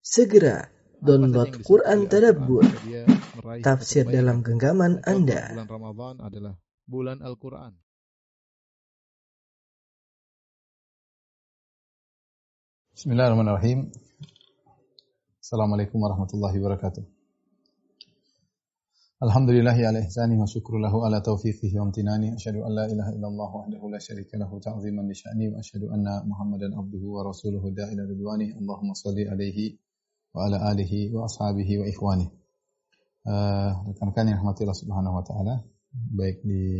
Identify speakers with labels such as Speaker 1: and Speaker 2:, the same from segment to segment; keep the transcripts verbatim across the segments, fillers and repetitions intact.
Speaker 1: Segera download Quran Tadabbur, tafsir dalam genggaman Anda.
Speaker 2: Bulan Ramadan adalah bulan Al-Quran.
Speaker 3: Bismillahirrahmanirrahim. Assalamualaikum warahmatullahi wabarakatuh. Alhamdulillahi ala ihsani wa syukru lahu ala taufiqihi wa amtinani. Asyhadu an la ilaha illallah wahdahu la syarika lahu ta'ziman li sya'ni wa asyhadu anna Muhammadan abduhu wa rasuluhu da'ila ridwani. Allahumma shalli alaihi wa ala alihi wa ashabihi wa ikhwani. Uh, rekan-rekan yang rahmati Allah Subhanahu wa taala, baik di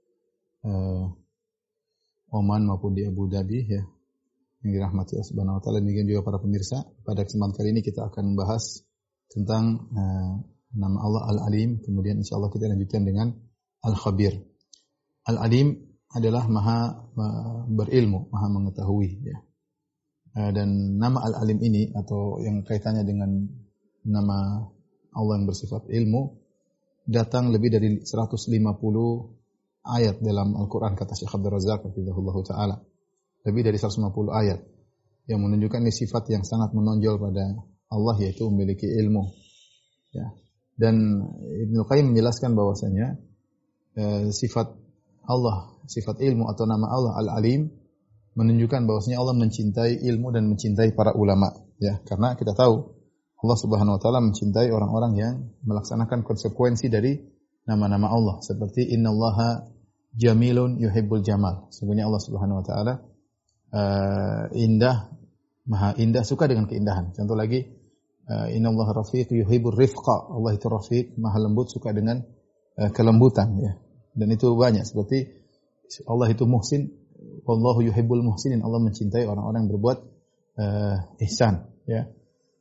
Speaker 3: uh, Oman maupun di Abu Dhabi ya, yang dirahmati Allah Subhanahu wa taala, demikian juga para pemirsa. Pada kesempatan kali ini kita akan membahas tentang uh, nama Allah Al-Alim, kemudian insyaallah kita lanjutkan dengan Al-Khabir. Al-Alim adalah maha uh, berilmu, maha mengetahui ya. Uh, dan nama Al-Alim ini atau yang kaitannya dengan nama Allah yang bersifat ilmu datang lebih dari seratus lima puluh ayat dalam Al-Qur'an, kata Syekh Abdul Razak hafizahullah taala. Lebih dari seratus lima puluh ayat yang menunjukkan ini sifat yang sangat menonjol pada Allah, yaitu memiliki ilmu. Ya. Dan Ibnu Qayyim menjelaskan bahwasanya eh, sifat Allah, sifat ilmu atau nama Allah Al-Alim menunjukkan bahwasanya Allah mencintai ilmu dan mencintai para ulama. Ya, karena kita tahu Allah Subhanahu wa taala mencintai orang-orang yang melaksanakan konsekuensi dari nama-nama Allah, seperti innallaha jamilun yuhibbul jamal. Sesungguhnya Allah Subhanahu wa taala uh, indah, maha indah, suka dengan keindahan. Contoh lagi, uh, innallaha rafiq yuhibbur rifqa. Allah itu rafiq, maha lembut, suka dengan uh, kelembutan ya. Dan itu banyak, seperti Allah itu muhsin, wallahu yuhibbul muhsinin. Allah mencintai orang-orang yang berbuat uh, ihsan ya.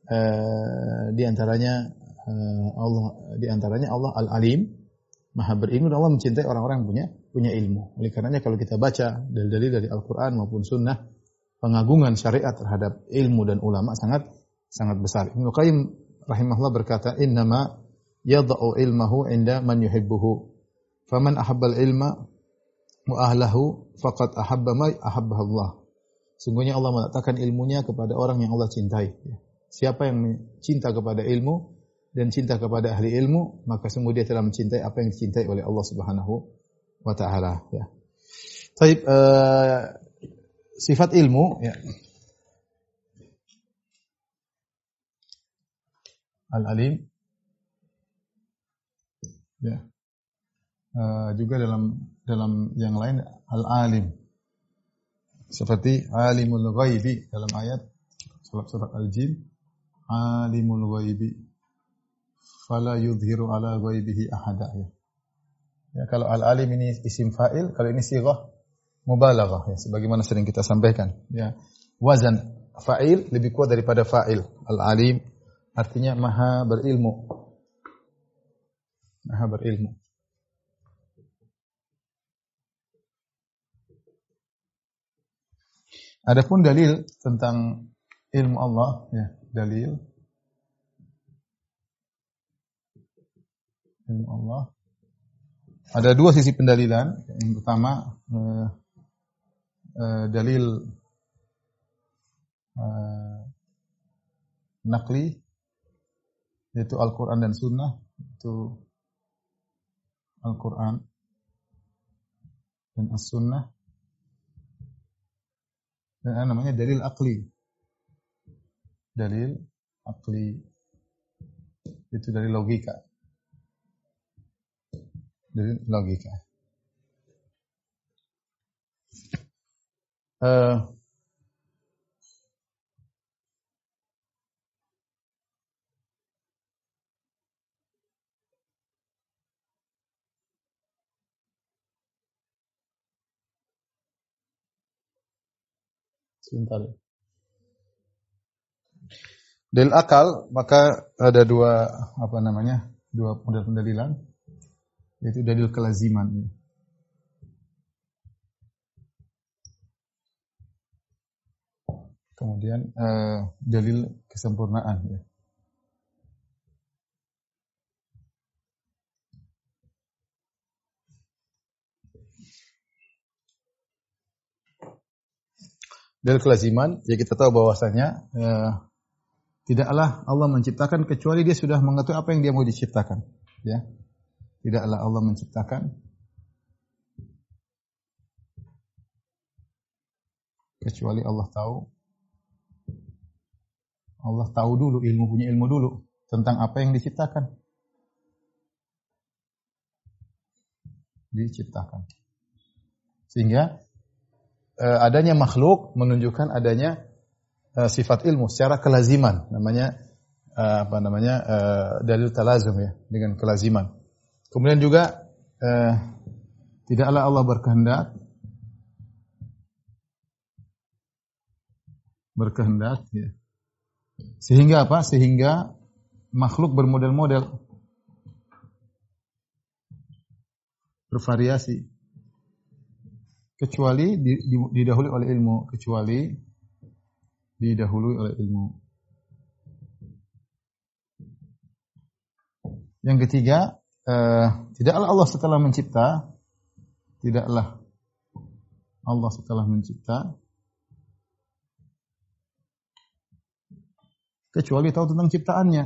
Speaker 3: Uh, di antaranya uh, Allah di antaranya Allah Al-Alim, maha berilmu, dan Allah mencintai orang-orang yang punya punya ilmu. Oleh karenanya kalau kita baca dalil-dalil dari Al-Qur'an maupun sunnah, pengagungan syariat terhadap ilmu dan ulama sangat sangat besar. Ibnu Qayyim rahimahullah berkata, innama yada'u ilmahu inda man yuhibbuhu, faman ahabbal ilma wa ahlahu faqad ahabba ma ahabbahu Allah. Sungguhnya Allah meletakkan ilmunya kepada orang yang Allah cintai. Siapa yang cinta kepada ilmu dan cinta kepada ahli ilmu, maka sungguh dia telah mencintai apa yang dicintai oleh Allah Subhanahu wa taala ya. Baik, uh, sifat ilmu ya. Al-Alim ya. Uh, juga dalam dalam yang lain Al-Alim. Seperti Alimul Ghaibi dalam ayat surat surat Al-Jin, Alimul Ghaibi fala yudhiru ala ghaibihi ahada ya. Ya, kalau Al-Alim ini isim fa'il, kalau ini sighah mubalaghah ya, sebagaimana sering kita sampaikan ya. Wazan fa'il lebih kuat daripada fa'il. Al-Alim artinya maha berilmu. Maha berilmu. Adapun dalil tentang ilmu Allah ya, dalil ilmu Allah ada dua sisi pendalilan. Yang pertama eh, eh, dalil eh, naqli, yaitu Al-Qur'an dan Sunnah. Itu Al-Qur'an dan As-Sunnah. Dan namanya dalil aqli. Dalil aqli itu dari logika. Dari logika. Uh, sebentar. Dalil akal, maka ada dua apa namanya? Dua model pendalilan, yaitu dalil kelaziman. Kemudian uh, dalil kesempurnaan ya. Dalil kelaziman, ya kita tahu bahwasanya uh, Tidaklah Allah menciptakan kecuali dia sudah mengetahui apa yang dia mau diciptakan. Ya. Tidaklah Allah menciptakan kecuali Allah tahu. Allah tahu dulu, ilmu punya ilmu dulu tentang apa yang diciptakan. Diciptakan. Sehingga eh, adanya makhluk menunjukkan adanya eh, sifat ilmu secara kelaziman, namanya eh, apa namanya eh, dalil talazum ya, dengan kelaziman. Kemudian juga eh, tidaklah Allah berkehendak berkehendak ya. Sehingga apa? Sehingga makhluk bermodel-model, bervariasi, kecuali didahului oleh ilmu, kecuali didahului oleh ilmu. Yang ketiga, eh, tidaklah Allah setelah mencipta, tidaklah Allah setelah mencipta kecuali tahu tentang ciptaannya.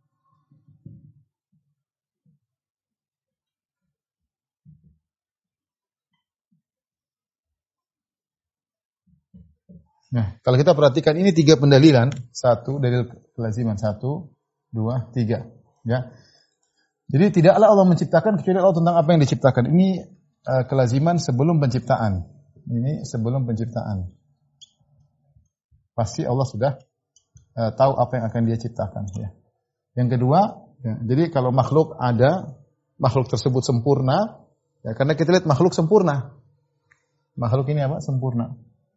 Speaker 3: Nah, kalau kita perhatikan ini tiga pendalilan, satu dalil kelaziman, satu, dua, tiga, ya. Jadi tidaklah Allah menciptakan kecuali Allah tentang apa yang diciptakan. Ini uh, kelaziman sebelum penciptaan. Ini sebelum penciptaan. Pasti Allah sudah uh, tahu apa yang akan Dia ciptakan. Ya. Yang kedua, ya, jadi kalau makhluk ada, makhluk tersebut sempurna, ya, karena kita lihat makhluk sempurna. Makhluk ini apa? Sempurna.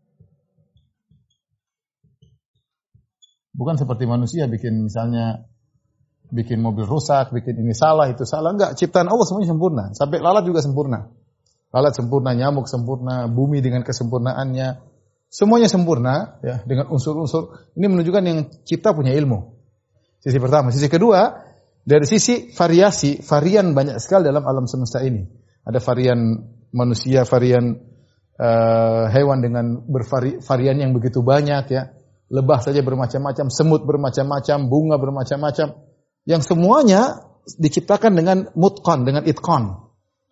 Speaker 3: Bukan seperti manusia bikin misalnya bikin mobil rusak, bikin ini salah, itu salah. Enggak, ciptaan Allah semuanya sempurna. Sampai lalat juga sempurna. Lalat sempurna, nyamuk sempurna, bumi dengan kesempurnaannya. Semuanya sempurna ya, dengan unsur-unsur. Ini menunjukkan yang cipta punya ilmu. Sisi pertama. Sisi kedua, dari sisi variasi, varian banyak sekali dalam alam semesta ini. Ada varian manusia, varian uh, hewan dengan bervarian yang begitu banyak ya. Lebah saja bermacam-macam, semut bermacam-macam, bunga bermacam-macam. Yang semuanya diciptakan dengan mutqan, dengan itqan.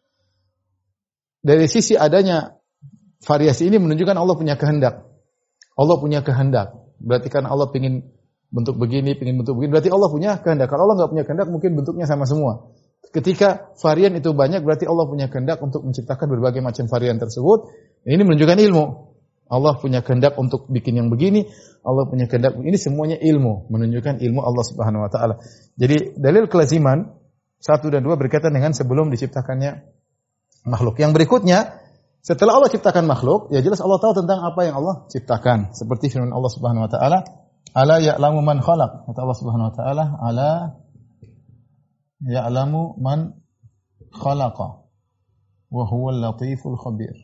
Speaker 3: Dari sisi adanya variasi ini menunjukkan Allah punya kehendak. Allah punya kehendak. Berarti kan Allah ingin bentuk begini, ingin bentuk begini. Berarti Allah punya kehendak. Kalau Allah nggak punya kehendak, mungkin bentuknya sama semua. Ketika varian itu banyak, berarti Allah punya kehendak untuk menciptakan berbagai macam varian tersebut. Ini menunjukkan ilmu. Allah punya kehendak untuk bikin yang begini, Allah punya kehendak ini, semuanya ilmu, menunjukkan ilmu Allah Subhanahu wa taala. Jadi dalil kelaziman satu dan dua berkaitan dengan sebelum diciptakannya makhluk. Yang berikutnya, setelah Allah ciptakan makhluk, ya jelas Allah tahu tentang apa yang Allah ciptakan. Seperti firman Allah Subhanahu wa taala, "Ala ya'lamu man khalaq." Kata Allah Subhanahu wa taala, "Ala ya'lamu man khalaqa wa huwal latiful khabir."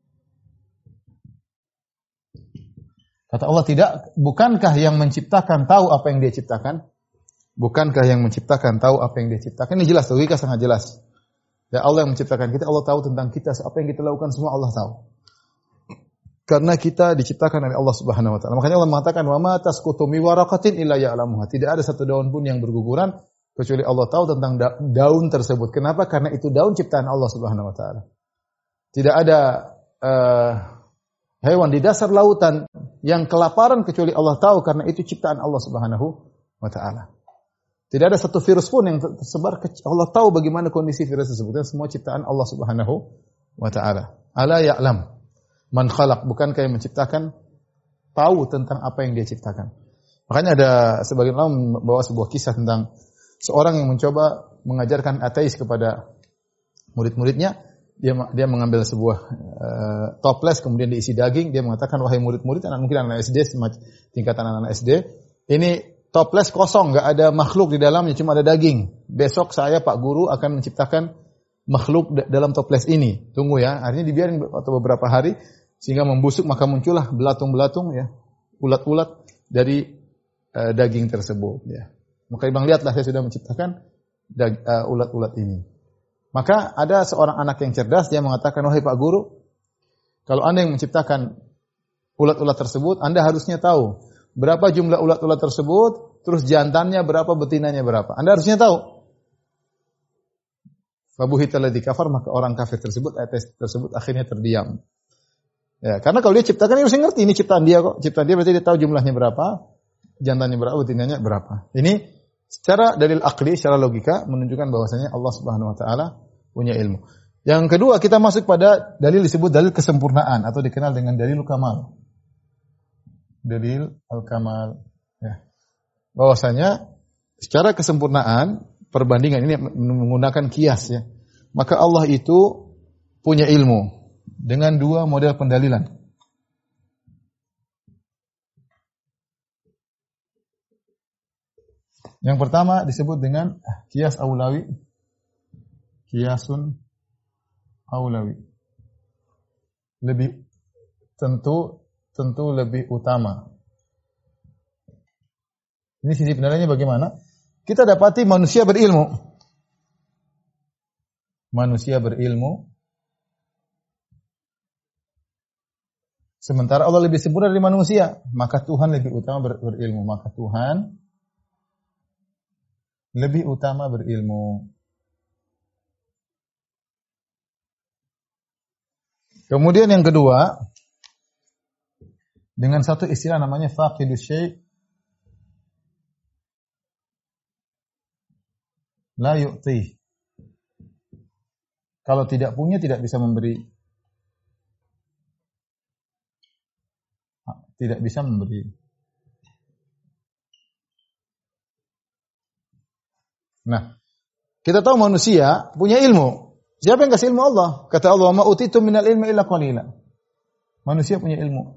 Speaker 3: Kata Allah, tidak, bukankah yang menciptakan tahu apa yang Dia ciptakan? Bukankah yang menciptakan tahu apa yang Dia ciptakan? Ini jelas, logika sangat jelas. Ya, Allah yang menciptakan kita, Allah tahu tentang kita, apa yang kita lakukan semua Allah tahu. Karena kita diciptakan oleh Allah Subhanahu wa taala. Makanya Allah mengatakan, "Wa ma tasqutu mi waraqatin illa ya'lamuha." Tidak ada satu daun pun yang berguguran kecuali Allah tahu tentang da- daun tersebut. Kenapa? Karena itu daun ciptaan Allah Subhanahu wa taala. Tidak ada uh, hewan di dasar lautan yang kelaparan kecuali Allah tahu karena itu ciptaan Allah Subhanahu wa taala. Tidak ada satu virus pun yang tersebar, Allah tahu bagaimana kondisi virus tersebut. Dan semua ciptaan Allah Subhanahu wa taala. Ala ya'lam man khalaq, bukankah yang menciptakan tahu tentang apa yang Dia ciptakan. Makanya ada sebagian ulama membawa sebuah kisah tentang seorang yang mencoba mengajarkan ateis kepada murid-muridnya. Dia dia mengambil sebuah uh, toples kemudian diisi daging, dia mengatakan, "Wahai murid-murid, anak mungkin anak S D, tingkatan anak-anak S D, ini toples kosong, enggak ada makhluk di dalamnya, cuma ada daging. Besok saya Pak Guru akan menciptakan makhluk d- dalam toples ini. Tunggu ya." Akhirnya dibiarin atau beberapa hari sehingga membusuk, maka muncullah belatung-belatung ya, ulat-ulat dari uh, daging tersebut ya. Maka Ibang lihatlah saya sudah menciptakan dag- uh, ulat-ulat ini. Maka ada seorang anak yang cerdas, dia mengatakan, "Wahai Pak Guru, kalau Anda yang menciptakan ulat-ulat tersebut, Anda harusnya tahu berapa jumlah ulat-ulat tersebut, terus jantannya berapa, betinanya berapa. Anda harusnya tahu. Fabuhita alladzi kafar, maka orang kafir tersebut, ayat tersebut akhirnya terdiam. Ya, karena kalau dia ciptakan, dia harus ngerti ini ciptaan dia kok. Ciptaan dia berarti dia tahu jumlahnya berapa, jantannya berapa, betinanya berapa. Ini secara dalil akli, secara logika menunjukkan bahwasanya Allah Subhanahu wa taala punya ilmu. Yang kedua, kita masuk pada dalil disebut dalil kesempurnaan atau dikenal dengan dalil kamal. Dalil al-kamal, ya. Bahwasanya secara kesempurnaan perbandingan ini menggunakan kias, ya. Maka Allah itu punya ilmu dengan dua model pendalilan. Yang pertama disebut dengan kias aulawi, kiasun aulawi. Lebih tentu tentu lebih utama. Ini sisi pendalilannya bagaimana? Kita dapati manusia berilmu. Manusia berilmu. Sementara Allah lebih sempurna dari manusia, maka Tuhan lebih utama ber, berilmu. Maka Tuhan lebih utama berilmu. Kemudian yang kedua, dengan satu istilah namanya faqidus syai' la yu'ti. Kalau tidak punya tidak bisa memberi. Tidak bisa memberi. Nah, kita tahu manusia punya ilmu. Siapa yang kasih ilmu? Allah. Kata Allah, "Ma utitum minal ilmi illa qalila." Manusia punya ilmu.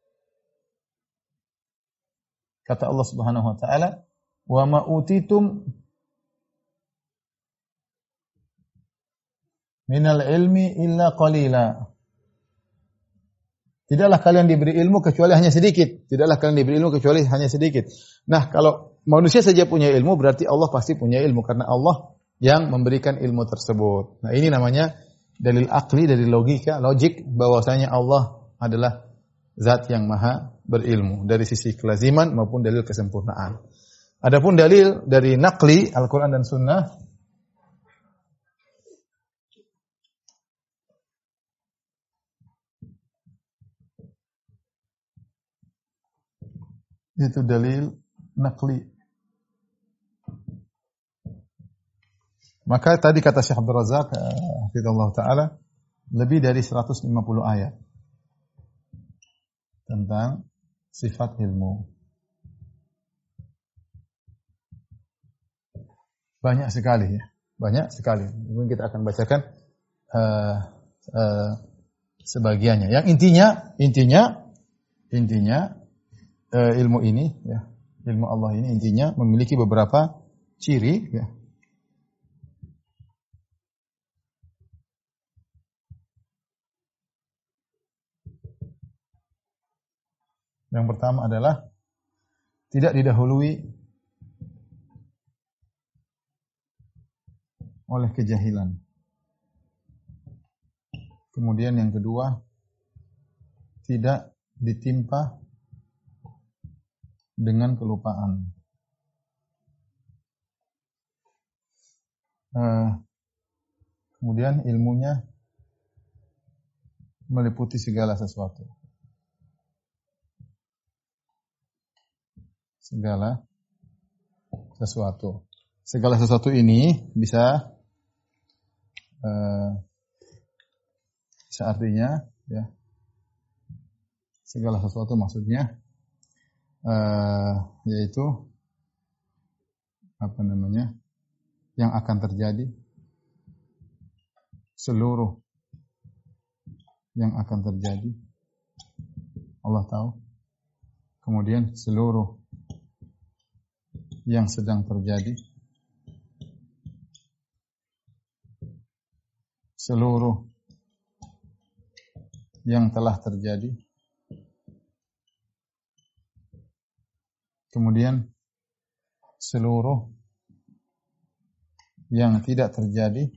Speaker 3: Kata Allah Subhanahu wa taala, "Wa ma utitum minal ilmi illa qalila." Tidaklah kalian diberi ilmu kecuali hanya sedikit. Tidaklah kalian diberi ilmu kecuali hanya sedikit. Nah, kalau manusia saja punya ilmu, berarti Allah pasti punya ilmu. Karena Allah yang memberikan ilmu tersebut. Nah, ini namanya dalil akli, dalil logika, logik, bahwasanya Allah adalah zat yang maha berilmu. Dari sisi kelaziman maupun dalil kesempurnaan. Adapun dalil dari naqli, Al-Quran dan Sunnah, itu dalil naqli. Maka tadi kata Syekh Abdul Razak, hafizallahu taala, lebih dari seratus lima puluh ayat tentang sifat ilmu. Banyak sekali, ya. Banyak sekali. Mungkin kita akan bacakan uh, uh, sebagiannya. Yang intinya, intinya, intinya uh, ilmu ini, ya, ilmu Allah ini intinya memiliki beberapa ciri, ya. Yang pertama adalah tidak didahului oleh kejahilan. Kemudian yang kedua, tidak ditimpa dengan kelupaan. Uh, kemudian ilmunya meliputi segala sesuatu. Segala sesuatu. Segala sesuatu ini bisa uh, bisa artinya, ya, segala sesuatu maksudnya uh, yaitu apa namanya, yang akan terjadi, seluruh yang akan terjadi Allah tahu. Kemudian seluruh yang sedang terjadi, seluruh yang telah terjadi, kemudian seluruh yang tidak terjadi,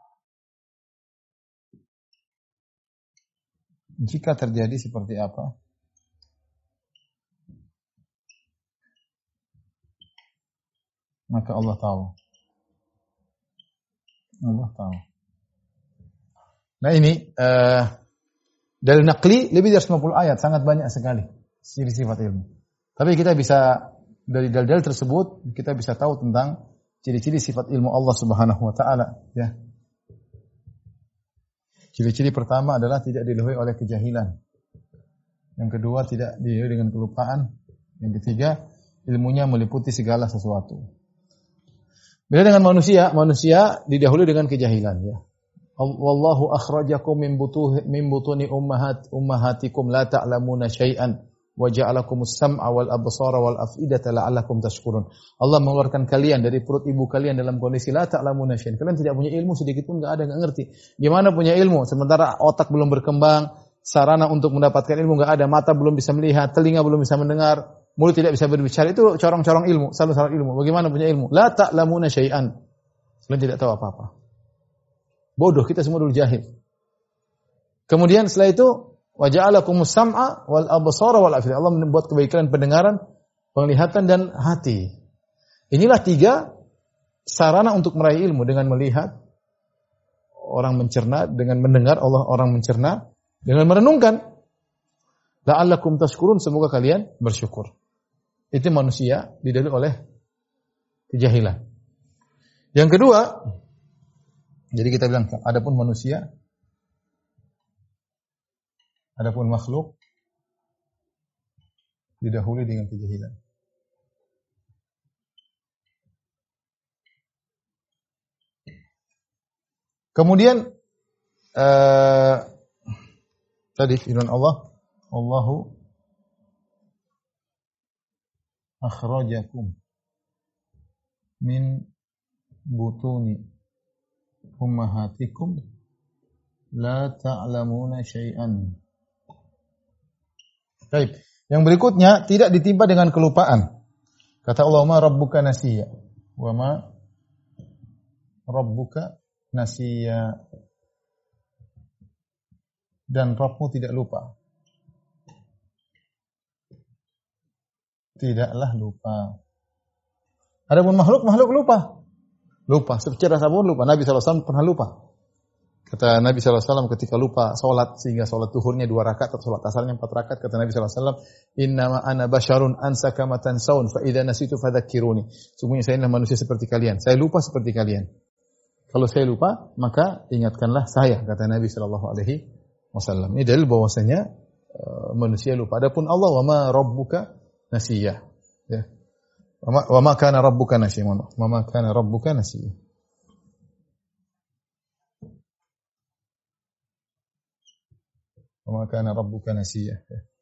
Speaker 3: jika terjadi seperti apa, maka Allah tahu. Allah tahu. Nah ini uh, dari naqli lebih dari lima puluh ayat, sangat banyak sekali ciri sifat ilmu. Tapi kita bisa dari dalil-dalil tersebut kita bisa tahu tentang ciri-ciri sifat ilmu Allah Subhanahu wa taala, ya. Ciri-ciri pertama adalah tidak dilahului oleh kejahilan. Yang kedua tidak dilahului dengan kelupaan. Yang ketiga ilmunya meliputi segala sesuatu. Beda dengan manusia, manusia didahului dengan kejahilan, ya. Wallahu akhrajakum min butuh min butuni ummahat ummahatikum la ta'lamuna syai'an wa ja'alakumus sam'a wal absara wal af'idata la'allakum tashkurun. Allah mengeluarkan kalian dari perut ibu kalian dalam kondisi la ta'lamuna syai'an. Kalian tidak punya ilmu sedikit pun, enggak ada, enggak ngerti. Gimana punya ilmu sementara otak belum berkembang, sarana untuk mendapatkan ilmu enggak ada, mata belum bisa melihat, telinga belum bisa mendengar, mulut tidak bisa berbicara. Itu corong-corong ilmu, salah-salah ilmu. Bagaimana punya ilmu? La ta'lamuna syai'an. Kalian tidak tahu apa-apa. Bodoh, kita semua dulu jahil. Kemudian setelah itu wa ja'alakumus sam'a wal absara wal afida. Allah membuat kebaikan pendengaran, penglihatan dan hati. Inilah tiga sarana untuk meraih ilmu, dengan melihat, orang mencerna, dengan mendengar, Allah orang mencerna, dengan merenungkan. La'allakum tashkurun, semoga kalian bersyukur. Itu manusia didahului oleh kejahilan. Yang kedua, jadi kita bilang, adapun manusia, adapun makhluk didahului dengan kejahilan. Kemudian uh, tadi firman Allah, Allahu akhrajakum min butuni ummahatikum la ta'lamuna syai'an. Baik, yang berikutnya tidak ditimpa dengan kelupaan. Kata Allah, ma rabbuka nasiya. Wa ma rabbuka nasiya. Dan Rabbmu tidak lupa. Tidaklah lupa. Adapun makhluk, makhluk lupa. Lupa, secara sabun lupa. Nabi sallallahu alaihi wasallam pernah lupa. Kata Nabi sallallahu alaihi wasallam ketika lupa salat, sehingga salat zuhurnya dua rakaat atau salat asarnya empat rakaat, kata Nabi sallallahu alaihi wasallam, "Innama ana basyarun ansaka ma tansaun, fa idza nasitu fadzakkiruni." Sungguhnya saya adalah manusia seperti kalian. Saya lupa seperti kalian. Kalau saya lupa, maka ingatkanlah saya, kata Nabi sallallahu alaihi wasallam. Ini dalil bahwasanya uh, manusia lupa. Adapun Allah, wa ma rabbuka nasiyah. Ya. Wa ma kana rabbuka nasiya. Wa ma kana rabbuka nasiya. Wa ma kana rabbuka nasiya.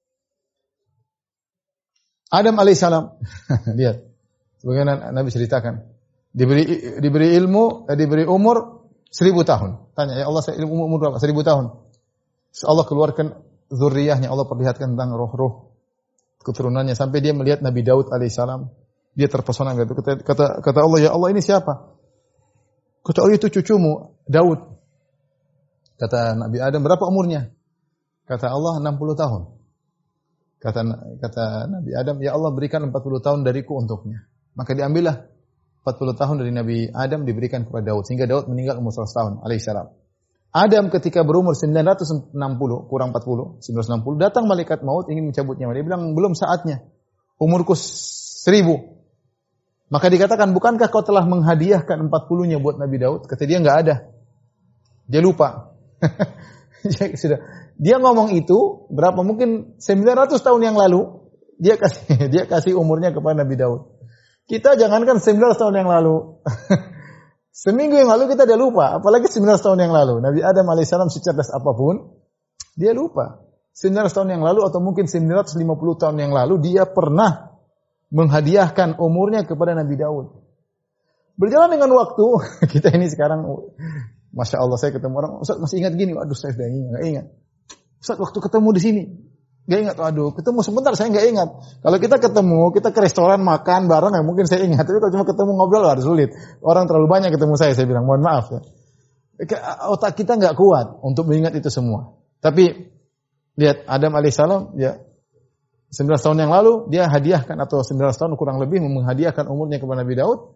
Speaker 3: Adam alaihissalam, lihat, sebagaimana Nabi ceritakan, diberi diberi ilmu, diberi umur seribu tahun. Tanya, ya Allah, saya ilmu umur berapa? Seribu tahun. Allah keluarkan zuriyahnya, Allah perlihatkan tentang roh-roh keturunannya sampai dia melihat Nabi Daud alaihissalam. Dia terpesona gitu. Kata, kata kata Allah, ya Allah, ini siapa? Kata Allah, itu cucumu Daud. Kata Nabi Adam, berapa umurnya? Kata Allah, enam puluh tahun. Kata kata Nabi Adam, ya Allah, berikan empat puluh tahun dariku untuknya. Maka diambillah empat puluh tahun dari Nabi Adam diberikan kepada Daud, sehingga Daud meninggal umur seratus tahun alaihissalam. Adam ketika berumur sembilan ratus enam puluh kurang empat puluh, sembilan ratus enam puluh, datang malaikat maut ingin mencabut nyawa. Dia bilang, belum saatnya. Umurku seribu. Maka dikatakan, bukankah kau telah menghadiahkan empat puluhnya buat Nabi Daud? Kata dia, enggak ada. Dia lupa. Sudah. Dia ngomong itu berapa, mungkin sembilan ratus tahun yang lalu, dia kasih dia kasih umurnya kepada Nabi Daud. Kita jangankan sembilan ratus tahun yang lalu. Seminggu yang lalu kita udah lupa, apalagi sembilan ratus tahun yang lalu. Nabi Adam alaihissalam secerdas apapun, dia lupa. sembilan ratus tahun yang lalu atau mungkin sembilan ratus lima puluh tahun yang lalu, dia pernah menghadiahkan umurnya kepada Nabi Daud. Berjalan dengan waktu, kita ini sekarang, Masya Allah, saya ketemu orang, Ustaz masih ingat gini? Aduh, saya sudah ingat, gak ingat. Ustaz, waktu ketemu di sini, gak ingat. Aduh, ketemu sebentar, saya gak ingat. Kalau kita ketemu, kita ke restoran, makan bareng, ya mungkin saya ingat. Tapi kalau cuma ketemu ngobrol, harus sulit. Orang terlalu banyak ketemu saya, saya bilang, mohon maaf ya. Otak kita gak kuat untuk mengingat itu semua. Tapi, lihat, Adam alaihissalam, ya, sembilan belas tahun yang lalu dia hadiahkan, atau sembilan belas tahun kurang lebih menghadiahkan umurnya kepada Nabi Daud.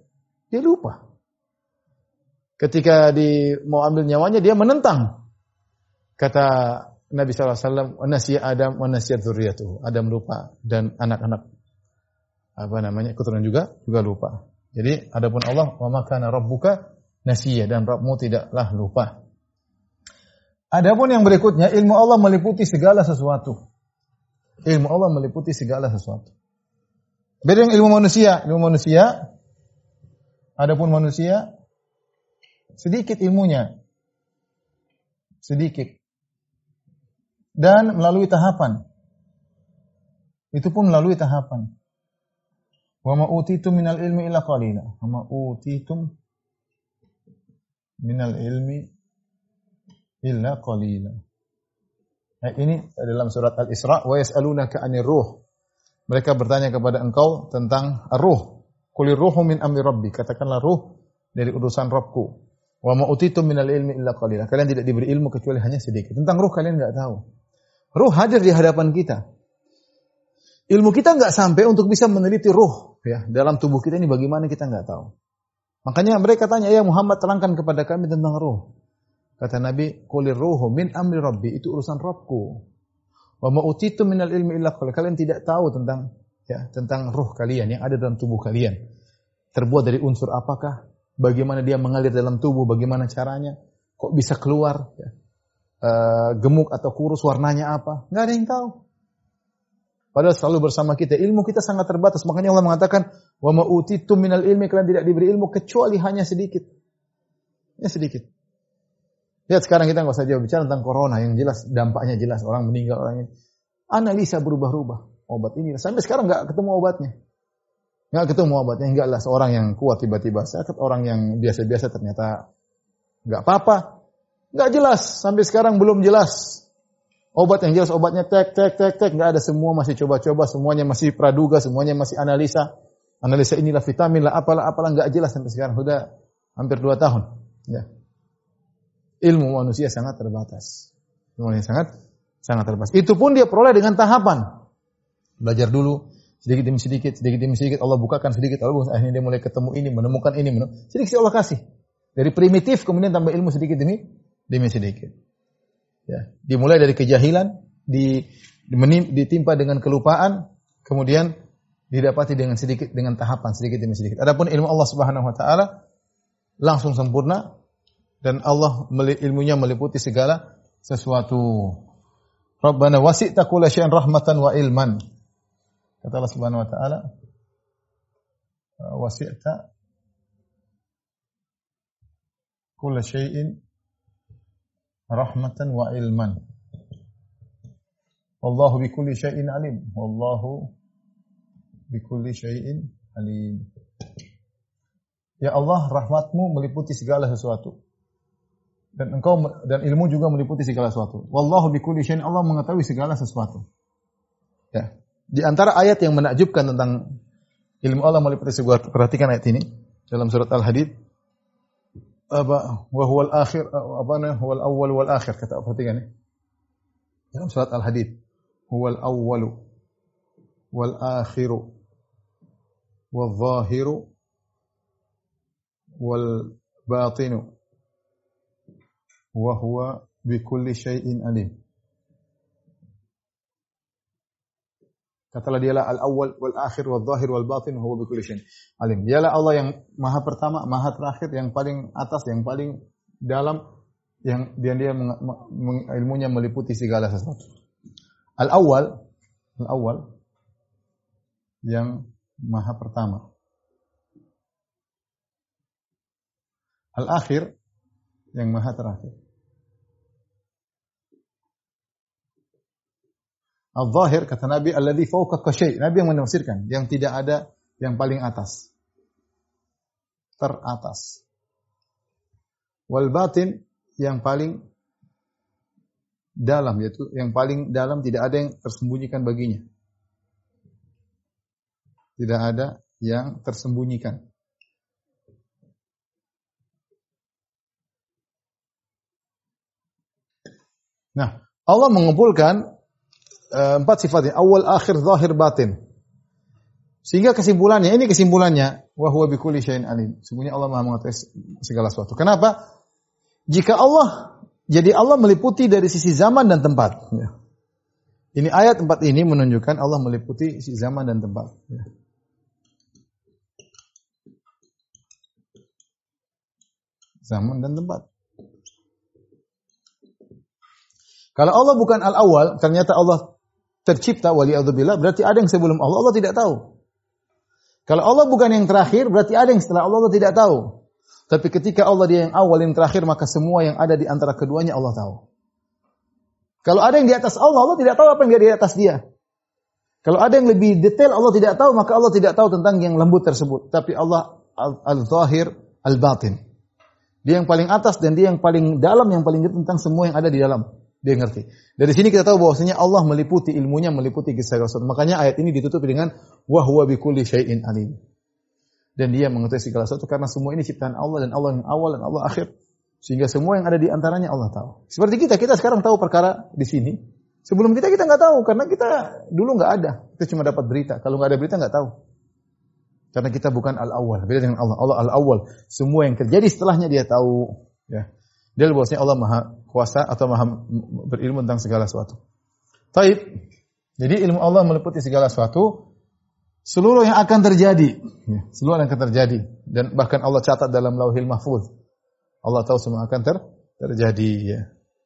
Speaker 3: Dia lupa. Ketika di mau ambil nyawanya dia menentang. Kata Nabi sallallahu alaihi wasallam, "Nasiya Adam wa nasiyat dzurriyyatuhu." Adam lupa dan anak-anak apa namanya keturunan juga juga lupa. Jadi adapun Allah, "Wa ma kana rabbuka nasiya," dan Rabbmu tidaklah lupa. Adapun yang berikutnya, ilmu Allah meliputi segala sesuatu. Ilmu Allah meliputi segala sesuatu. Beda dengan ilmu manusia. Ilmu manusia, adapun manusia sedikit ilmunya. Sedikit. Dan melalui tahapan. Itu pun melalui tahapan. Wa ma utitum minal ilmi illa qalila. Wa ma utitum minal ilmi illa qalila. Nah, ini dalam surat Al-Isra, wa yas'alunaka 'anir ruh. Mereka bertanya kepada engkau tentang ar-ruh. Qulir ruhu min amri rabbi. Katakanlah ruh dari urusan Rabbku. Wa ma utitum minal ilmi illa qalila. Kalian tidak diberi ilmu kecuali hanya sedikit. Tentang ruh kalian enggak tahu. Ruh hadir di hadapan kita. Ilmu kita enggak sampai untuk bisa meneliti ruh, ya, dalam tubuh kita ini bagaimana kita enggak tahu. Makanya mereka tanya, "Ya Muhammad, terangkan kepada kami tentang ruh." Kata Nabi, "Qulir ruhu min amri rabbi," itu urusan Rabbku. "Wa ma utitum minal ilmi illa qalila." Kalian tidak tahu tentang ya, tentang ruh kalian yang ada dalam tubuh kalian. Terbuat dari unsur apakah? Bagaimana dia mengalir dalam tubuh, bagaimana caranya? Kok bisa keluar? Ya. Uh, gemuk atau kurus, warnanya apa? Enggak ada yang tahu. Padahal selalu bersama kita. Ilmu kita sangat terbatas. Makanya Allah mengatakan, "Wa ma utitum minal ilmi," kalian tidak diberi ilmu kecuali hanya sedikit. Ya sedikit. Lihat sekarang kita nggak usah jauh bicara tentang corona yang jelas dampaknya jelas, orang meninggal, orang ini. Analisa berubah-ubah. Obat ini sampai sekarang nggak ketemu obatnya. Nggak ketemu obatnya. Enggak lah seorang yang kuat tiba-tiba sakit, orang yang biasa-biasa ternyata nggak apa-apa. Nggak jelas sampai sekarang belum jelas. Obat yang jelas obatnya tek tek tek tek nggak ada, semua masih coba-coba, semuanya masih praduga, semuanya masih analisa. Analisa inilah vitamin lah apalah apalah nggak jelas sampai sekarang. Sudah hampir dua tahun. Ya. Ilmu manusia sangat terbatas. Ilmu manusia sangat sangat terbatas. Itu pun dia peroleh dengan tahapan. Belajar dulu sedikit demi sedikit, sedikit demi sedikit Allah bukakan sedikit, Allah bukakan, akhirnya dia mulai ketemu ini, menemukan ini, menemukan. Sedikit Allah kasih. Dari primitif kemudian tambah ilmu sedikit demi demi sedikit. Ya, dimulai dari kejahilan, di, ditimpa dengan kelupaan, kemudian didapati dengan sedikit dengan tahapan sedikit demi sedikit. Adapun ilmu Allah Subhanahu wa taala langsung sempurna. Dan Allah ilmunya meliputi segala sesuatu. Rabbana wasi'ta kulla syai'in rahmatan wa ilman. Kata Allah Subhanahu wa taala, wasi'ta kulla syai'in rahmatan wa ilman. Wallahu bikulli syai'in alim. Wallahu bikulli syai'in alim. Ya Allah, rahmatmu meliputi segala sesuatu. Dan engkau dan ilmu juga meliputi segala sesuatu. Wallahu bikulli syai'in, Allah mengetahui segala sesuatu. Ya. Di antara ayat yang menakjubkan tentang ilmu Allah meliputi segala, perhatikan ayat ini dalam surat Al-Hadid. Apa wa huwal akhir apa namanya huwal awwal wal akhir, kata perhatikan ini. Dalam surat Al-Hadid. Huwal awwalu wal akhiru wal zahiru wal batinu wa huwa bikulli syai'in alim. Katalah dialah al-awwal wal akhir wal zahir wal batin wa huwa bikulli syai'in alim. Dialah Allah yang maha pertama, maha terakhir, yang paling atas, yang paling dalam, yang dia dia meng, meng, ilmunya meliputi segala sesuatu. Al-awwal, al-awwal yang maha pertama. Al-akhir yang maha terakhir. Al-zahir, kata Nabi, alladzi fawqa syai'. Nabi yang menafsirkan, yang tidak ada yang paling atas. Teratas. Wal batin, yang paling dalam, yaitu yang paling dalam tidak ada yang tersembunyikan baginya. Tidak ada yang tersembunyikan. Nah, Allah mengumpulkan uh, empat sifatnya. Awal, akhir, zahir, batin. Sehingga kesimpulannya, ini kesimpulannya, wa huwa bikulli syai'in alim. Sesungguhnya Allah Maha mengetahui segala sesuatu. Kenapa? Jika Allah, jadi Allah meliputi dari sisi zaman dan tempat. Ya. Ini ayat empat ini menunjukkan Allah meliputi sisi zaman dan tempat. Ya. Zaman dan tempat. Kalau Allah bukan al-awwal, ternyata Allah tercipta waliyadzubillah, berarti ada yang sebelum Allah, Allah tidak tahu. Kalau Allah bukan yang terakhir, berarti ada yang setelah Allah, Allah tidak tahu. Tapi ketika Allah dia yang awal, yang terakhir, maka semua yang ada di antara keduanya Allah tahu. Kalau ada yang di atas Allah, Allah tidak tahu apa yang di atas dia. Kalau ada yang lebih detail, Allah tidak tahu, maka Allah tidak tahu tentang yang lembut tersebut. Tapi Allah al-zahir, al-batin. Dia yang paling atas dan dia yang paling dalam, yang paling detail tentang semua yang ada di dalam. Dia ngerti. Dari sini kita tahu bahwasanya Allah meliputi ilmunya, meliputi segala sesuatu. Makanya ayat ini ditutup dengan wa huwa bikulli syai'in alim. Dan dia mengetahui segala sesuatu karena semua ini ciptaan Allah dan Allah yang awal dan Allah akhir. Sehingga semua yang ada di antaranya Allah tahu. Seperti kita, kita sekarang tahu perkara di sini. Sebelum kita kita nggak tahu karena kita dulu nggak ada. Kita cuma dapat berita. Kalau nggak ada berita nggak tahu. Karena kita bukan al-awwal. Beda dengan Allah. Allah al-awwal. Semua yang terjadi setelahnya dia tahu. Ya. Dia bahwasanya Allah Maha kuasa atau Maha berilmu tentang segala sesuatu. Taib. Jadi ilmu Allah meliputi segala sesuatu, seluruh yang akan terjadi, ya, seluruh yang akan terjadi, dan bahkan Allah catat dalam Lauhil Mahfuz. Allah tahu semua akan ter, terjadi. Ya.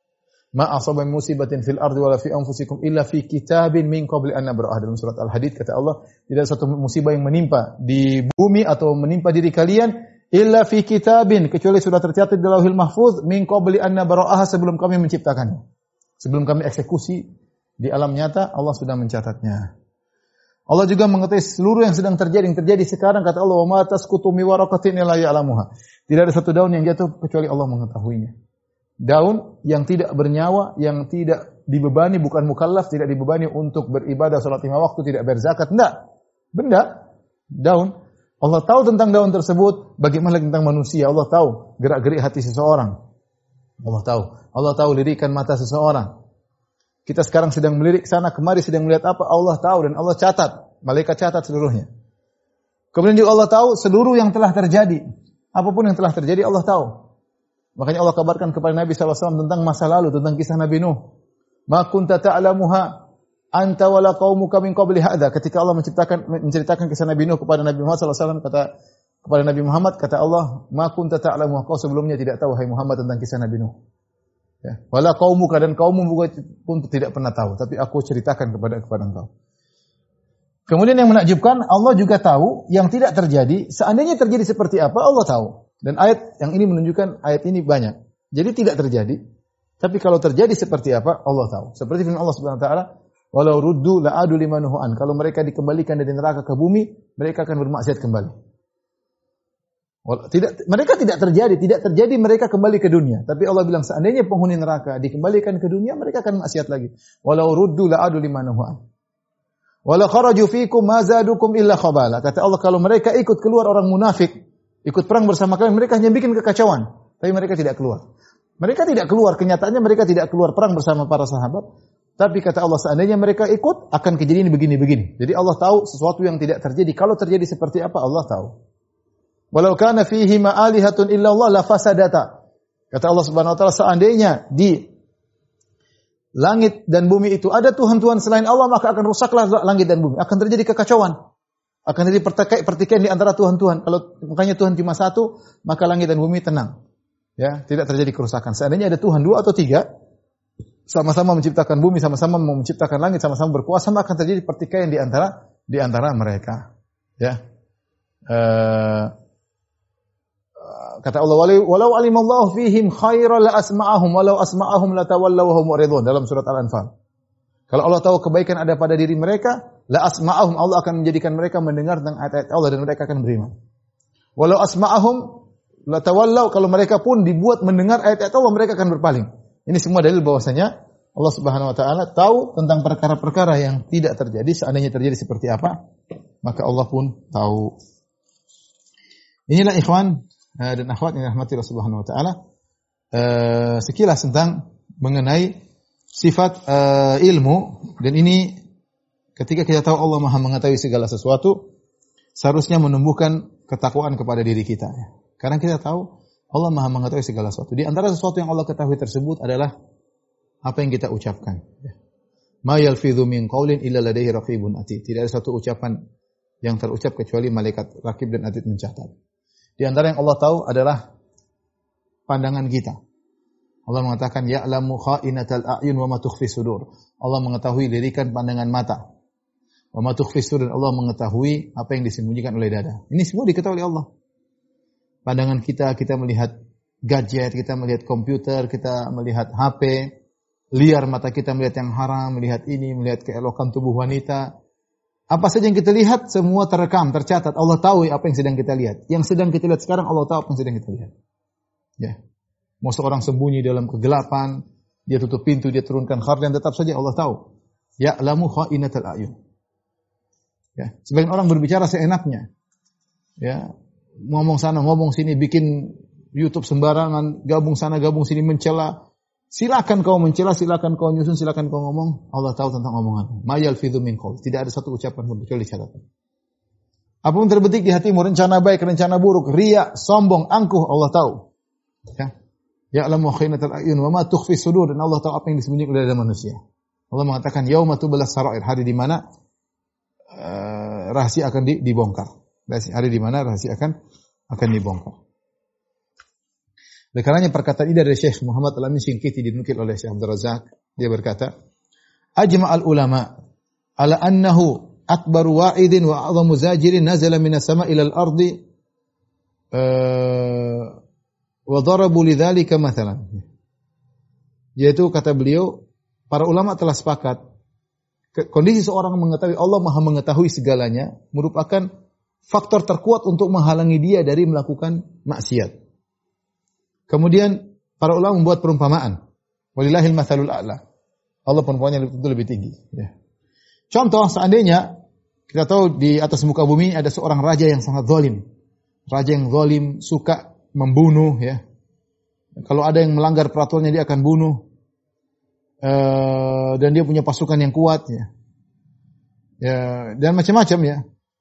Speaker 3: Ma asaba musibatin fil ardi wala fi anfusikum illa fi kitabin min qabli an nabra'ah. Dalam surat Al-Hadid kata Allah, tidak ada satu musibah yang menimpa di bumi atau menimpa diri kalian illa fi kitabin, kecuali sudah tercatat di Lauhil Mahfuz min qabli an nabra'ah, sebelum kami menciptakannya. Sebelum kami eksekusi di alam nyata, Allah sudah mencatatnya. Allah juga mengetahui seluruh yang sedang terjadi, yang terjadi sekarang. Kata Allah, wa ma tasqutu min waraqatin illa ya'lamuha. Tidak ada satu daun yang jatuh kecuali Allah mengetahuinya. Daun yang tidak bernyawa, yang tidak dibebani, bukan mukallaf, tidak dibebani untuk beribadah salat lima waktu, tidak berzakat, enggak. Benda, daun. Allah tahu tentang daun tersebut, bagaimana tentang manusia. Allah tahu gerak-gerik hati seseorang. Allah tahu. Allah tahu lirikan mata seseorang. Kita sekarang sedang melirik sana kemari, sedang melihat apa, Allah tahu dan Allah catat. Malaikat catat seluruhnya. Kemudian juga Allah tahu seluruh yang telah terjadi. Apapun yang telah terjadi Allah tahu. Makanya Allah kabarkan kepada Nabi sallallahu alaihi wasallam tentang masa lalu, tentang kisah Nabi Nuh. Ma kunta ta'lamuha anta wala qaumuka min qabli hadza. Ketika Allah menciptakan menceritakan kisah Nabi Nuh kepada Nabi Muhammad sallallahu alaihi wasallam, kata kepada Nabi Muhammad, kata Allah, ma kunta ta'lamu, kau sebelumnya tidak tahu hai Muhammad tentang kisah Nabi Nuh. Ya, wala qaumuka, dan kaummu pun tidak pernah tahu, tapi aku ceritakan kepada kepada engkau. Kemudian yang menakjubkan, Allah juga tahu yang tidak terjadi, seandainya terjadi seperti apa Allah tahu. Dan ayat yang ini menunjukkan ayat ini banyak. Jadi tidak terjadi, tapi kalau terjadi seperti apa Allah tahu. Seperti firman Allah Subhanahu wa taala, walau ruddu la'adu limanuhu an. Kalau mereka dikembalikan dari neraka ke bumi, mereka akan bermaksiat kembali. Tidak, mereka tidak terjadi, tidak terjadi mereka kembali ke dunia. Tapi Allah bilang seandainya penghuni neraka dikembalikan ke dunia, mereka akan maksiat lagi. Walau ruddu la'adu limanuhu an. Walau kharaju fikum ma zadukum illa khabala. Kata Allah, kalau mereka ikut keluar orang munafik, ikut perang bersama kalian, mereka hanya bikin kekacauan. Tapi mereka tidak keluar. Mereka tidak keluar, kenyataannya mereka tidak keluar perang bersama para sahabat. Tapi kata Allah, seandainya mereka ikut, akan kejadian begini-begini. Jadi Allah tahu sesuatu yang tidak terjadi. Kalau terjadi seperti apa, Allah tahu. Walau kana fihi ma'alihatun illa Allah la fasadata. Kata Allah Subhanahu wa taala, seandainya di langit dan bumi itu ada Tuhan-Tuhan selain Allah, maka akan rusaklah langit dan bumi. Akan terjadi kekacauan. Akan terjadi pertikaian di antara Tuhan-Tuhan. Kalau makanya Tuhan cuma satu, maka langit dan bumi tenang. Ya, tidak terjadi kerusakan. Seandainya ada Tuhan dua atau tiga, sama-sama menciptakan bumi, sama-sama menciptakan langit, sama-sama berkuasa, maka akan terjadi pertikaian di antara di antara mereka. Ya. Uh, kata Allah, walau alimallahu fihim khairan la asma'ahum walau asma'ahum la tawallaw wa hum mu'ridun, dalam surat Al-Anfal. Kalau Allah tahu kebaikan ada pada diri mereka, la asma'ahum, Allah akan menjadikan mereka mendengar tentang ayat-ayat Allah dan mereka akan beriman. Walau asma'ahum la tawallaw, kalau mereka pun dibuat mendengar ayat-ayat Allah, mereka akan berpaling. Ini semua dalil bahwasanya Allah Subhanahu wa taala tahu tentang perkara-perkara yang tidak terjadi. Seandainya terjadi seperti apa, maka Allah pun tahu. Inilah ikhwan dan akhwat yang dirahmati Allah Subhanahu wa taala, uh, sekilas tentang mengenai sifat uh, ilmu. Dan ini ketika kita tahu Allah Maha mengetahui segala sesuatu, seharusnya menumbuhkan ketakwaan kepada diri kita. Karena kita tahu Allah Maha mengetahui segala sesuatu. Di antara sesuatu yang Allah ketahui tersebut adalah apa yang kita ucapkan. Ma yalfidhu min qaulin illa ladaihi raqibun atid. Tidak ada satu ucapan yang terucap kecuali malaikat raqib dan atid mencatat. Di antara yang Allah tahu adalah pandangan kita. Allah mengatakan ya'lamu kha'inatal a'yun wa ma tukhfi sudur. Allah mengetahui lirikan pandangan mata. Wa ma tukhfi sudur, Allah mengetahui apa yang disembunyikan oleh dada. Ini semua diketahui oleh Allah. Pandangan kita, kita melihat gadget, kita melihat komputer, kita melihat H P, liar mata kita melihat yang haram, melihat ini, melihat keelokan tubuh wanita. Apa saja yang kita lihat, semua terekam, tercatat. Allah tahu apa yang sedang kita lihat. Yang sedang kita lihat sekarang, Allah tahu apa yang sedang kita lihat. Ya. Mau seorang sembunyi dalam kegelapan, dia tutup pintu, dia turunkan khardan, tetap saja Allah tahu. Ya'lamu kha'inatal a'yun. Ya. Sebagian orang berbicara seenaknya. Ya. Ngomong sana, ngomong sini, bikin YouTube sembarangan, gabung sana, gabung sini, mencela. Silakan kau mencela, silakan kau nyusun, silakan kau ngomong. Allah tahu tentang omongan. Ma yalfidhu min qaul. Tidak ada satu ucapan pun kecuali catatan. Apapun terbetik di hatimu, rencana baik, rencana buruk, riya, sombong, angkuh, Allah tahu. Ya. Ya'lamu kha'inatal a'yun wa ma tukhfi sudur, dan Allah tahu apa yang disembunyikan oleh dada manusia. Allah mengatakan yauma tublas sarair, hari di mana uh, rahasia akan di, dibongkar. Hari di mana rahasia akan akan dibongkar. Oleh karenanya perkataan ini dari Syekh Muhammad Al-Amin Shinqiti dinukil oleh Syekh Abdul Razak. Dia berkata, "Ajma'al ulama ala annahu akbaru wa'idin wa a'zamu zajirin nazala minas sama' ila al-ardi uh, wa darabu lidzalika mathalan." Yaitu kata beliau, para ulama telah sepakat kondisi seorang mengetahui Allah Maha mengetahui segalanya merupakan faktor terkuat untuk menghalangi dia dari melakukan maksiat. Kemudian para ulama membuat perumpamaan. Walillahil matsalul a'la. Allah perumpamaannya tentu lebih tinggi. Ya. Contoh, seandainya kita tahu di atas muka bumi ada seorang raja yang sangat zalim. Raja yang zalim, suka membunuh. Ya. Kalau ada yang melanggar peraturannya dia akan bunuh. Uh, dan dia punya pasukan yang kuat. Ya. Ya, dan macam-macam ya.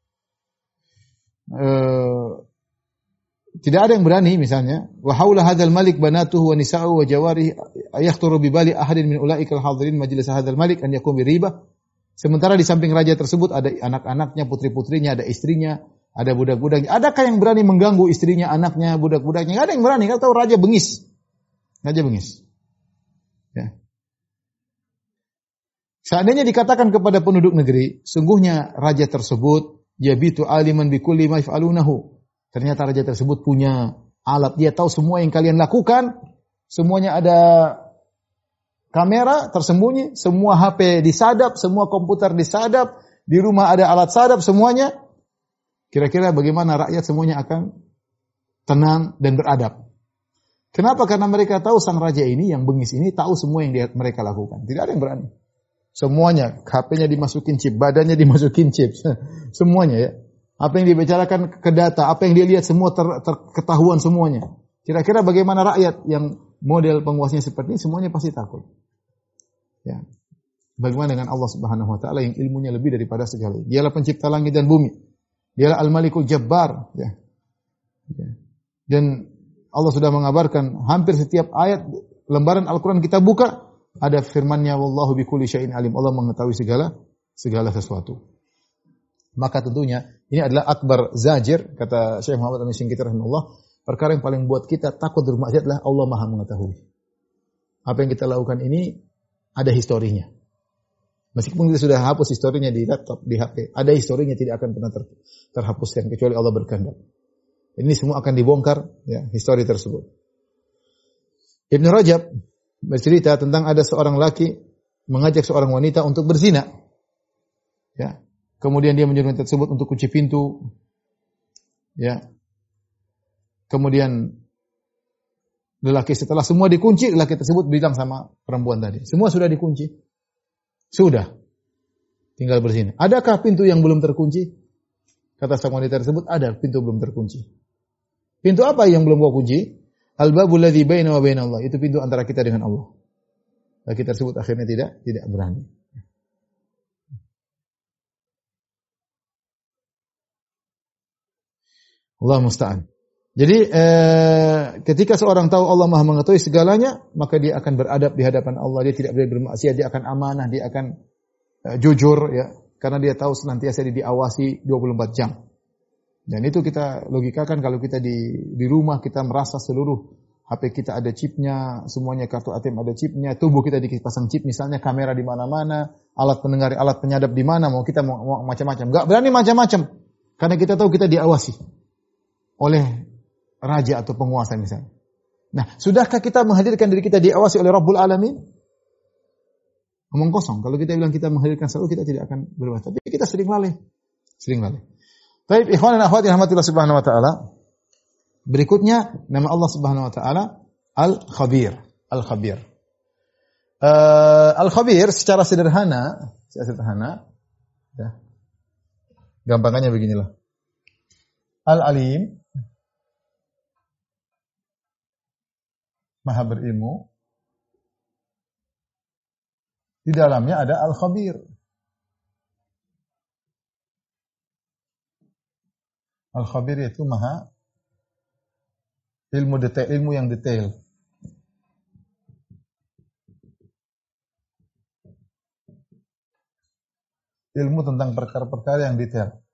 Speaker 3: Uh, tidak ada yang berani misalnya wa haula hadzal malik banatuhu wa nisa'u wa jawarihi ayakhturu bi bali ahadin min ulaikal hadirin majlis hadzal malik an yakum bi riba. Sementara di samping raja tersebut ada anak-anaknya, putri-putrinya, ada istrinya, ada budak-budaknya. Adakah yang berani mengganggu istrinya, anaknya, budak-budaknya? Enggak ada yang berani. Kalau tahu raja bengis. Raja bengis. Ya. Seandainya dikatakan kepada penduduk negeri, sungguhnya raja tersebut yabitu aliman bi kulli ma yaf'alunahu. Ternyata raja tersebut punya alat, dia tahu semua yang kalian lakukan, semuanya ada kamera tersembunyi, semua H P disadap, semua komputer disadap, di rumah ada alat sadap semuanya. Kira-kira bagaimana rakyat semuanya akan tenang dan beradab? Kenapa? Karena mereka tahu sang raja ini, yang bengis ini, tahu semua yang dia, mereka lakukan. Tidak ada yang berani. Semuanya, H P-nya dimasukin chip, badannya dimasukin chip, semuanya ya. Apa yang dibicarakan ke data, apa yang dia lihat semua ter, terketahuan semuanya. Kira-kira bagaimana rakyat yang model penguasanya seperti ini, semuanya pasti takut. Ya. Bagaimana dengan Allah Subhanahu wa taala yang ilmunya lebih daripada segala. Dialah pencipta langit dan bumi. Dialah Al-Malikul Jabbar, ya. Ya. Dan Allah sudah mengabarkan hampir setiap ayat lembaran Al-Qur'an kita buka ada firman-Nya wallahu bikulli syai'in alim. Allah mengetahui segala segala sesuatu. Maka tentunya ini adalah akbar zajir, kata Syekh Muhammad Al-Amin Shinqiti rahimahullah, perkara yang paling buat kita takut bermaksiat adalah Allah Maha mengetahui. Apa yang kita lakukan ini ada historinya. Meskipun kita sudah hapus historinya di laptop, di H P, ada historinya, tidak akan pernah ter, terhapuskan kecuali Allah berkehendak. Ini semua akan dibongkar, ya, histori tersebut. Ibnu Rajab bercerita tentang ada seorang laki mengajak seorang wanita untuk berzina. Ya. Kemudian dia menyuruh wanita tersebut untuk kunci pintu. Ya. Kemudian lelaki setelah semua dikunci, lelaki tersebut bilang sama perempuan tadi, semua sudah dikunci. Sudah. Tinggal berzina. Adakah pintu yang belum terkunci? Kata sang wanita tersebut, ada, pintu belum terkunci. Pintu apa yang belum kau kunci? Al-babul ladzi baina wa baina Allah. Itu pintu antara kita dengan Allah. Laki tersebut akhirnya tidak tidak berani. Allah musta'an. Jadi eh, ketika seorang tahu Allah Maha mengetahui segalanya, maka dia akan beradab di hadapan Allah. Dia tidak boleh bermaksiat, dia akan amanah, dia akan eh, jujur ya, karena dia tahu senantiasa dia diawasi dua puluh empat jam. Dan itu kita logikakan kalau kita di di rumah kita merasa seluruh H P kita ada chipnya, semuanya kartu A T M ada chipnya, tubuh kita dipasang chip, misalnya kamera di mana-mana, alat pendengar, alat penyadap di mana, mau kita mau, mau macam-macam. Enggak berani macam-macam. Karena kita tahu kita diawasi oleh raja atau penguasa misalnya. Nah, sudahkah kita menghadirkan diri kita diawasi oleh Rabbul Alamin? Omong kosong. Kalau kita bilang kita menghadirkan selalu, kita tidak akan berubah. Tapi kita sering lalai. Sering lalai. Baik, ikhwan dan akhwat yang rahmatillah subhanahu wa ta'ala. Berikutnya, nama Allah subhanahu wa ta'ala, Al-Khabir. Al-Khabir. Uh, Al-Khabir secara sederhana, secara sederhana, ya, gampangannya beginilah. Al-Alim, Maha berilmu. Di dalamnya ada Al-Khabir. Al-Khabir itu Maha ilmu detail, ilmu yang detail. Ilmu tentang perkara-perkara yang detail.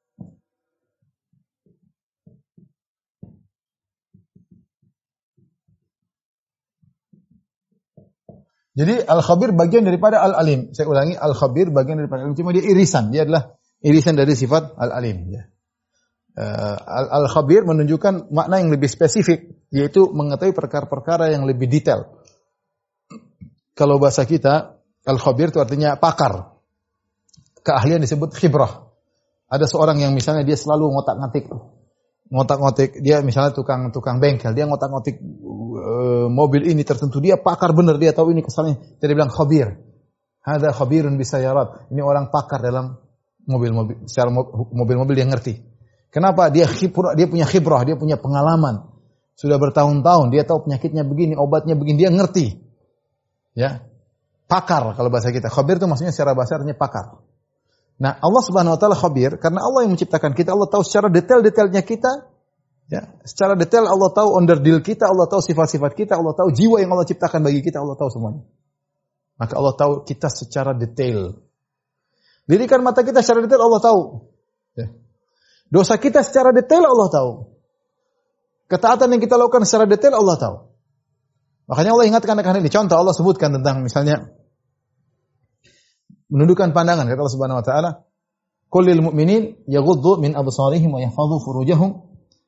Speaker 3: Jadi Al-Khabir bagian daripada Al-Alim. Saya ulangi, Al-Khabir bagian daripada Al-Alim. Cuma dia irisan. Dia adalah irisan dari sifat Al-Alim. Ya. Uh, Al-Khabir menunjukkan makna yang lebih spesifik, yaitu mengetahui perkara-perkara yang lebih detail. Kalau bahasa kita, Al-Khabir itu artinya pakar. Keahlian disebut khibrah. Ada seorang yang misalnya dia selalu ngotak-ngatik. Ngotak-ngotik, dia misalnya tukang tukang bengkel, dia ngotak-ngotik uh, mobil ini tertentu, dia pakar benar, dia tahu ini kesalahannya. Dia bilang khabir. Hadza khabirun bisayarat. Ini orang pakar dalam mobil-mobil, secara mobil-mobil dia ngerti. Kenapa? Dia khibrah, dia punya khibrah, dia punya pengalaman. Sudah bertahun-tahun, dia tahu penyakitnya begini, obatnya begini, dia ngerti. Ya. Pakar kalau bahasa kita. Khabir itu maksudnya secara bahasa artinya pakar. Nah, Allah Subhanahu wa taala khabir karena Allah yang menciptakan kita, Allah tahu secara detail-detailnya kita. Ya, secara detail Allah tahu onderdil kita, Allah tahu sifat-sifat kita, Allah tahu jiwa yang Allah ciptakan bagi kita, Allah tahu semuanya. Maka Allah tahu kita secara detail. Lirikan mata kita secara detail Allah tahu. Ya. Dosa kita secara detail Allah tahu. Ketaatan yang kita lakukan secara detail Allah tahu. Makanya Allah ingatkan akan ini. Contoh Allah sebutkan tentang misalnya menundukkan pandangan, kata Allah Subhanahu wa taala, "Qul lil mu'minin yaghuddu min absarihim wa yahfazu furujahum,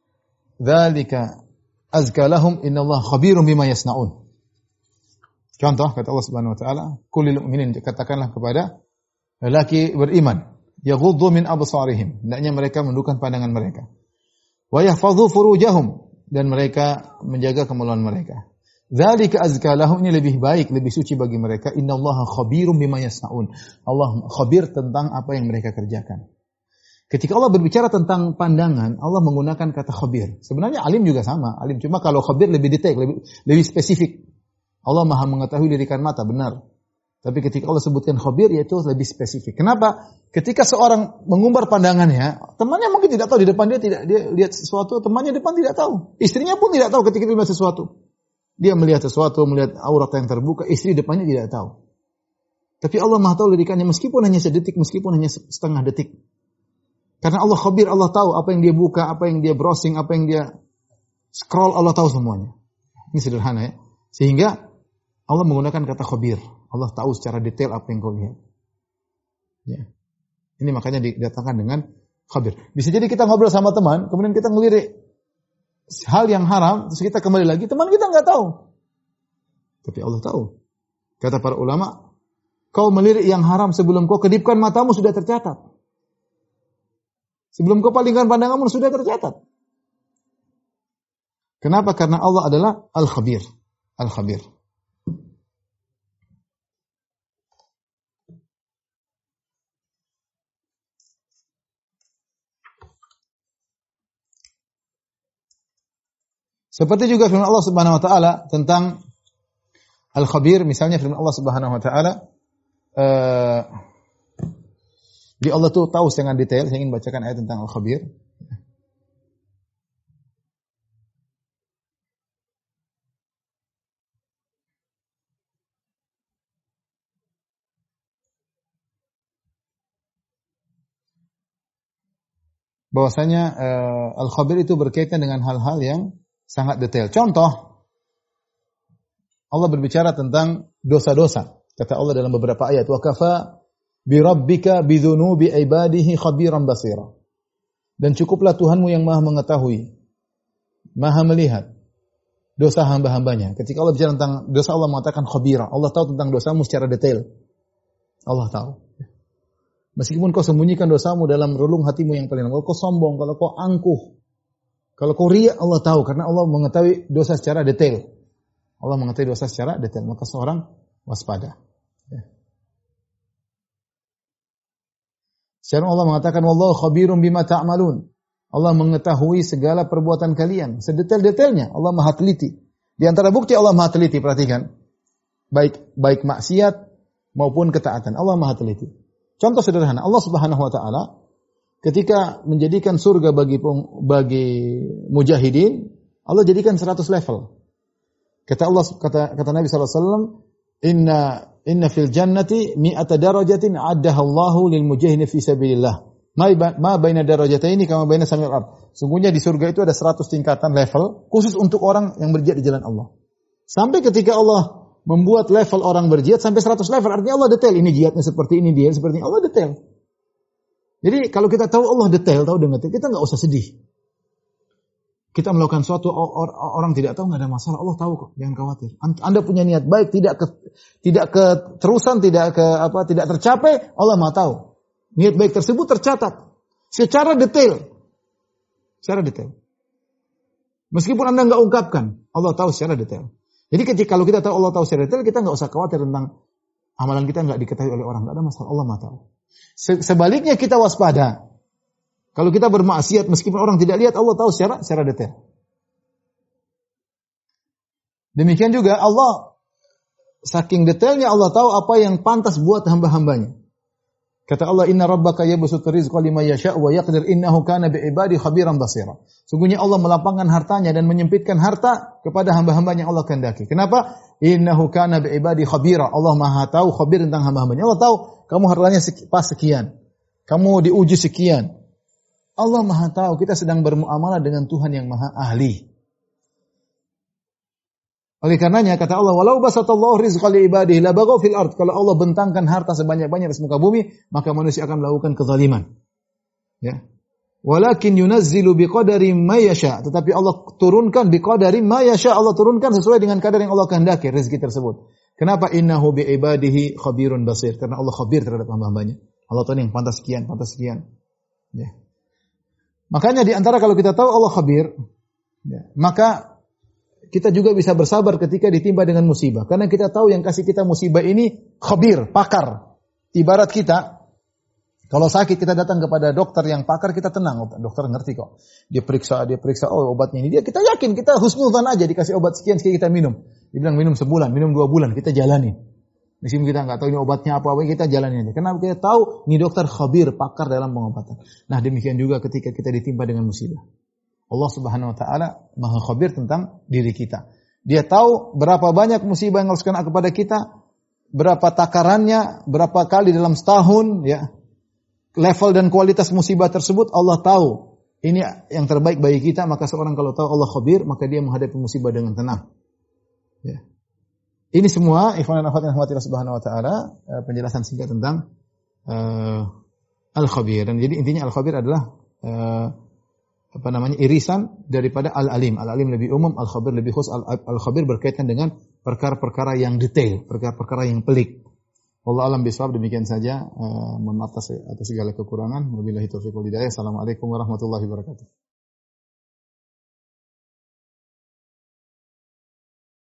Speaker 3: dzalika azka lahum innallaha khabirum bima yasnaun." Contoh kata Allah Subhanahu wa taala, "Qul lil mu'minin," katakanlah kepada lelaki beriman, yaghuddu min absarihim, hendaknya mereka menundukkan pandangan mereka. Wa yahfazu furujahum, dan mereka menjaga kemaluan mereka. Dzalika azka lahum, ini lebih baik, lebih suci bagi mereka. Innallaha khabirum bima yasnaun. Allah khabir tentang apa yang mereka kerjakan. Ketika Allah berbicara tentang pandangan, Allah menggunakan kata khabir. Sebenarnya alim juga sama, alim, cuma kalau khabir lebih detail, lebih, lebih spesifik. Allah Maha mengetahui lirikan mata, benar. Tapi ketika Allah sebutkan khabir, yaitu lebih spesifik. Kenapa? Ketika seorang mengumbar pandangannya, temannya mungkin tidak tahu, di depan dia tidak, dia lihat sesuatu, temannya di depan tidak tahu. Istrinya pun tidak tahu ketika dia melihat sesuatu. Dia melihat sesuatu, melihat aurat yang terbuka, istri depannya tidak tahu. Tapi Allah Maha tahu lirikannya meskipun hanya sedetik, meskipun hanya setengah detik. Karena Allah khabir, Allah tahu apa yang dia buka, apa yang dia browsing, apa yang dia scroll, Allah tahu semuanya. Ini sederhana ya. Sehingga Allah menggunakan kata khabir. Allah tahu secara detail apa yang kau lihat. Ya. Ini makanya didatangkan dengan khabir. Bisa jadi kita ngobrol sama teman, kemudian kita ngelirik hal yang haram, terus kita kembali lagi, teman kita nggak tahu. Tapi Allah tahu. Kata para ulama, kau melirik yang haram sebelum kau kedipkan matamu sudah tercatat. Sebelum kau palingkan pandanganmu sudah tercatat. Kenapa? Karena Allah adalah Al-Khabir. Al-Khabir. Seperti juga firman Allah Subhanahu wa taala tentang Al-Khabir, misalnya firman Allah Subhanahu wa taala, uh, jadi Allah tuh tahu dengan detail. Saya ingin bacakan ayat tentang Al-Khabir. bahwasanya uh, al-khabir itu berkaitan dengan hal-hal yang sangat detail. Contoh, Allah berbicara tentang dosa-dosa. Kata Allah dalam beberapa ayat, wa kafa bi rabbika bi dzunubi ibadihi khabiran basira. Dan cukuplah Tuhanmu yang Maha mengetahui, Maha melihat dosa hamba-hambanya. Ketika Allah bicara tentang dosa, Allah mengatakan khabira. Allah tahu tentang dosamu secara detail. Allah tahu. Meskipun kau sembunyikan dosamu dalam relung hatimu yang paling dalam, kalau kau sombong, kalau kau angkuh, kalau kau riya, Allah tahu karena Allah mengetahui dosa secara detail. Allah mengetahui dosa secara detail, maka seorang waspada. Ya. Secara Allah mengatakan wallahu khabirun bima ta'malun. Allah mengetahui segala perbuatan kalian, sedetail-detailnya. Allah Maha teliti. Di antara bukti Allah Maha teliti, perhatikan. Baik baik maksiat maupun ketaatan. Allah Maha teliti. Contoh sederhana, Allah Subhanahu wa taala ketika menjadikan surga bagi bagi mujahidin, Allah jadikan seratus level. Kata Allah kata kata Nabi sallallahu alaihi wasallam, "Inna inna fil jannati mi'ata darajatin 'addaha Allahu lil mujahidin fi sabilillah. Ma baina darajataini kama baina samil ard." Sungguhnya di surga itu ada seratus tingkatan level khusus untuk orang yang berjihad di jalan Allah. Sampai ketika Allah membuat level orang berjihad sampai seratus level, artinya Allah detail, ini jihadnya seperti ini, dia seperti ini, Allah detail. Jadi kalau kita tahu Allah detail, tahu dengan detail, kita enggak usah sedih. Kita melakukan suatu orang tidak tahu, enggak ada masalah, Allah tahu kok, jangan khawatir. Anda punya niat baik, tidak ke, tidak keterusan, tidak ke apa, tidak tercapai, Allah Maha tahu. Niat baik tersebut tercatat secara detail. Secara detail. Meskipun Anda enggak ungkapkan, Allah tahu secara detail. Jadi ketika kalau kita tahu Allah tahu secara detail, kita enggak usah khawatir tentang amalan kita enggak diketahui oleh orang, enggak ada masalah, Allah Maha tahu. Sebaliknya kita waspada. Kalau kita bermaksiat meskipun orang tidak lihat, Allah tahu secara secara detail. Demikian juga Allah saking detailnya Allah tahu apa yang pantas buat hamba-hambanya. Kata Allah, "Inna rabbaka yabsutur rizqa liman yasha' wa yaqdir innahu kana bi'ibadi khabiran basira." Sungguhnya Allah melapangkan hartanya dan menyempitkan harta kepada hamba-hambanya yang Allah kehendaki. Kenapa? Innahu kana bi'ibadi khabira. Allah Maha tahu, khabir tentang hamba-hambanya. Allah tahu kamu hartanya pas sekian. Kamu diuji sekian. Allah Maha tahu kita sedang bermuamalah dengan Tuhan yang Maha ahli. Oleh karenanya kata Allah, walau basatallahu rizqa li ibadihi la baghaw fil ard. Kalau Allah bentangkan harta sebanyak-banyaknya di muka bumi, maka manusia akan melakukan kezaliman. Ya. Walakin yunazzilu biqadari ma yasha. Tetapi Allah turunkan biqadari ma yasha. Allah turunkan sesuai dengan kadar yang Allah kehendaki rezeki tersebut. Kenapa? Innahu bi ibadihi khabirun basir. Karena Allah khabir terhadap hamba-hambanya. Allah tahu yang pantas sekian, pantas sekian. Ya. Makanya di antara kalau kita tahu Allah khabir, ya, maka kita juga bisa bersabar ketika ditimpa dengan musibah. Karena kita tahu yang kasih kita musibah ini khabir, pakar. Ibarat kita, kalau sakit kita datang kepada dokter yang pakar, kita tenang. Dokter ngerti kok. Dia periksa, dia periksa, oh obatnya ini. Dia kita yakin, kita husnudzan aja, dikasih obat sekian, sekian kita minum. Dia bilang minum sebulan, minum dua bulan, kita jalani. Meskipun kita nggak tahu ini obatnya apa, kita jalani aja. Kenapa? Kita tahu ini dokter khabir, pakar dalam pengobatan. Nah demikian juga ketika kita ditimpa dengan musibah. Allah Subhanahu wa taala Maha khabir tentang diri kita. Dia tahu berapa banyak musibah yang harus kena kepada kita, berapa takarannya, berapa kali dalam setahun, ya. Level dan kualitas musibah tersebut Allah tahu. Ini yang terbaik bagi kita, maka seorang kalau tahu Allah khabir, maka dia menghadapi musibah dengan tenang. Ya. Ini semua ikhwan dan akhwat yang dirahmati Allah Subhanahu wa taala, penjelasan singkat tentang uh, al-khabir. Dan jadi intinya al-khabir adalah uh, apa namanya irisan daripada al-alim. Al-alim lebih umum, al-khabir lebih khusus. Al-khabir berkaitan dengan perkara-perkara yang detail, perkara-perkara yang pelik. Wallahu a'lam bishawab. Demikian saja. Uh, mohon maaf atas segala kekurangan. Wabillahi taufiq wal hidayah. Assalamualaikum warahmatullahi wabarakatuh.